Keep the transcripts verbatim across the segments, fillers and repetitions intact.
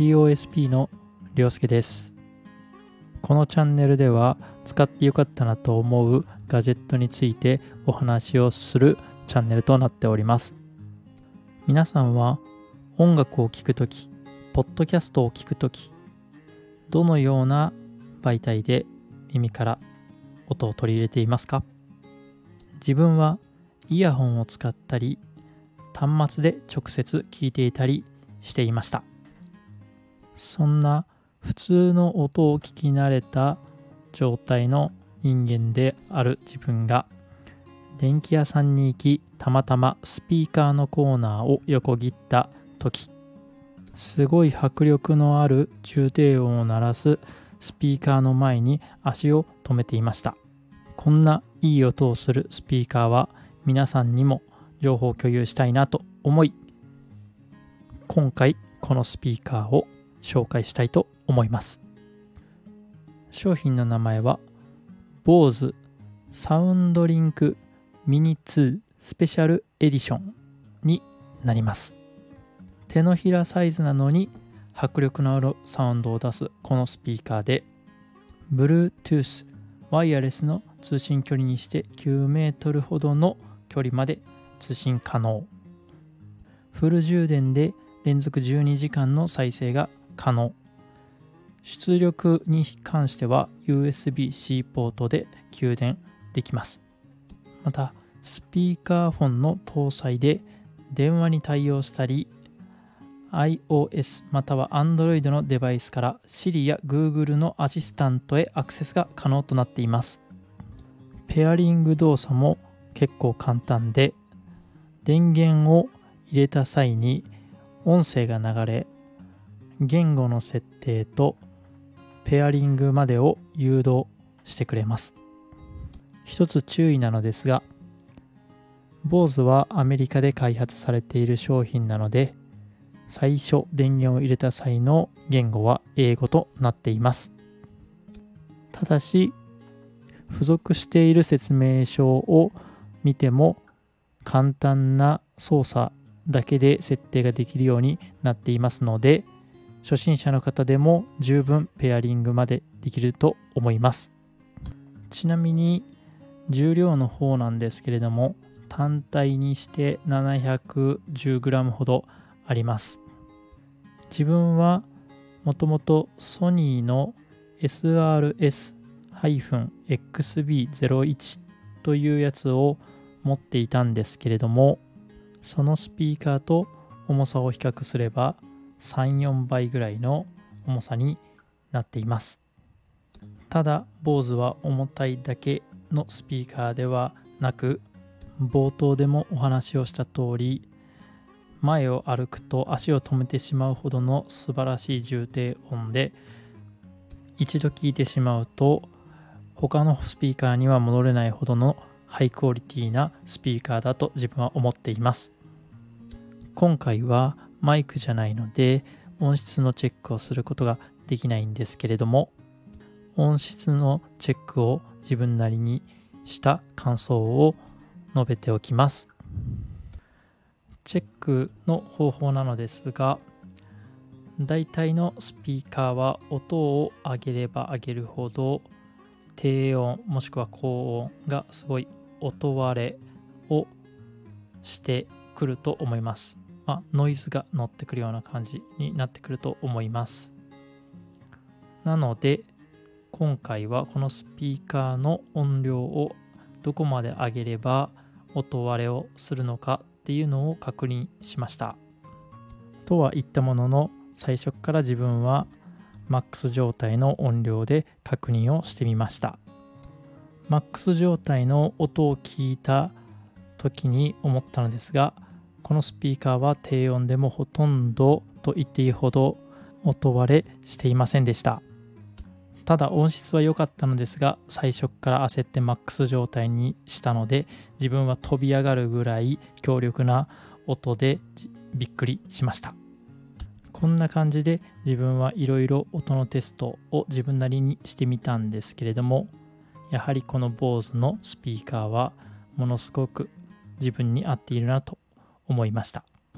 シーオーエスピー のりょうすけです。このチャンネルでは使ってよかったなと思うガジェットについてお話をするチャンネルとなっております。皆さんは音楽を聴くとき、ポッドキャストを聴くとき、どのような媒体で耳から音を取り入れていますか？自分はイヤホンを使ったり、端末で直接聞いていたりしていました。そんな普通の音を聞き慣れた状態の人間である自分が電気屋さんに行き、たまたまスピーカーのコーナーを横切った時、すごい迫力のある重低音を鳴らすスピーカーの前に足を止めていました。こんないい音をするスピーカーは皆さんにも情報を共有したいなと思い、今回このスピーカーを紹介したいと思います。商品の名前は Bose サウンドリンクミニツースペシャルエディションになります。手のひらサイズなのに迫力のあるサウンドを出すこのスピーカーで Bluetooth ワイヤレスの通信距離にしてきゅうメートルほどの距離まで通信可能。フル充電で連続じゅうにじかんの再生が可能。出力に関しては ユーエスビーシー ポートで給電できます。またスピーカーフォンの搭載で電話に対応したり、 iOS または Android のデバイスから Siri や Google のアシスタントへアクセスが可能となっています。ペアリング動作も結構簡単で、電源を入れた際に音声が流れ、言語の設定とペアリングまでを誘導してくれます。一つ注意なのですが、 Bose はアメリカで開発されている商品なので、最初電源を入れた際の言語は英語となっています。ただし付属している説明書を見ても簡単な操作だけで設定ができるようになっていますので、初心者の方でも十分ペアリングまでできると思います。ちなみに重量の方なんですけれども、単体にして ななひゃくじゅうグラム ほどあります。自分はもともとソニーの エスアールエスエックスビーゼロいち というやつを持っていたんですけれども、そのスピーカーと重さを比較すればさん、よんばいぐらいの重さになっています。ただ Bose は重たいだけのスピーカーではなく、冒頭でもお話をした通り、前を歩くと足を止めてしまうほどの素晴らしい重低音で、一度聞いてしまうと他のスピーカーには戻れないほどのハイクオリティなスピーカーだと自分は思っています。今回はマイクじゃないので音質のチェックをすることができないんですけれども、音質のチェックを自分なりにした感想を述べておきます。チェックの方法なのですが、大体のスピーカーは音を上げれば上げるほど低音もしくは高音がすごい音割れをしてくると思います。まあ、ノイズが乗ってくるような感じになってくると思います。なので今回はこのスピーカーの音量をどこまで上げれば音割れをするのかっていうのを確認しました。とは言ったものの、最初から自分はマックス状態の音量で確認をしてみました。マックス状態の音を聞いた時に思ったのですが、このスピーカーは低音でもほとんどと言っていいほど音割れしていませんでした。ただ音質は良かったのですが、最初から焦ってマックス状態にしたので、自分は飛び上がるぐらい強力な音でびっくりしました。こんな感じで自分はいろいろ音のテストを自分なりにしてみたんですけれども、やはりこの Bose のスピーカーはものすごく自分に合っているなと思いました。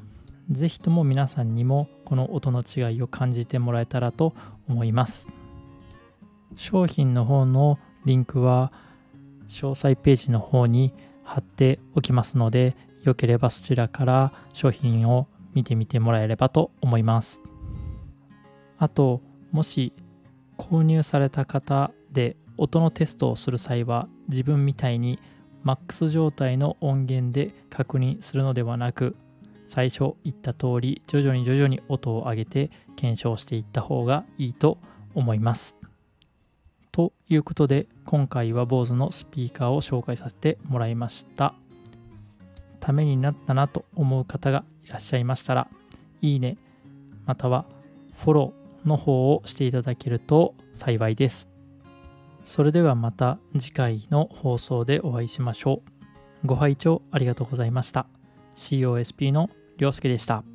ぜひとも皆さんにもこの音の違いを感じてもらえたらと思います。商品の方のリンクは詳細ページの方に貼っておきますので、よければそちらから商品を見てみてもらえればと思います。あと、もし購入された方で音のテストをする際は、自分みたいにマックス状態の音源で確認するのではなく、最初言った通り徐々に徐々に音を上げて検証していった方がいいと思います。ということで、今回は 坊主 のスピーカーを紹介させてもらいました。ためになったなと思う方がいらっしゃいましたら、いいねまたはフォローの方をしていただけると幸いです。それではまた次回の放送でお会いしましょう。ご拝聴ありがとうございました。 コスプ のりょうすけでした。